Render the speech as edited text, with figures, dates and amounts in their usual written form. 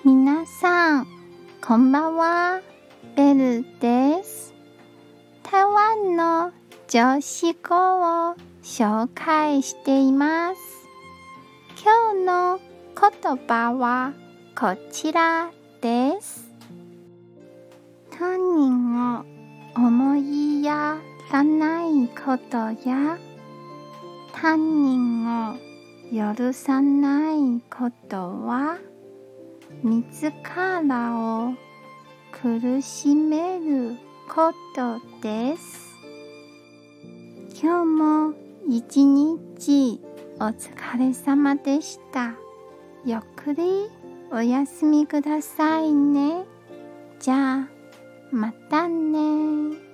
皆さん、こんばんは。ベルです。台湾の常識語を紹介しています。今日の言葉はこちらです。他人を思いやらないことや他人を許さないことは自らを苦しめることです。今日も一日お疲れ様でした。ゆっくりお休みくださいね。じゃあまたね。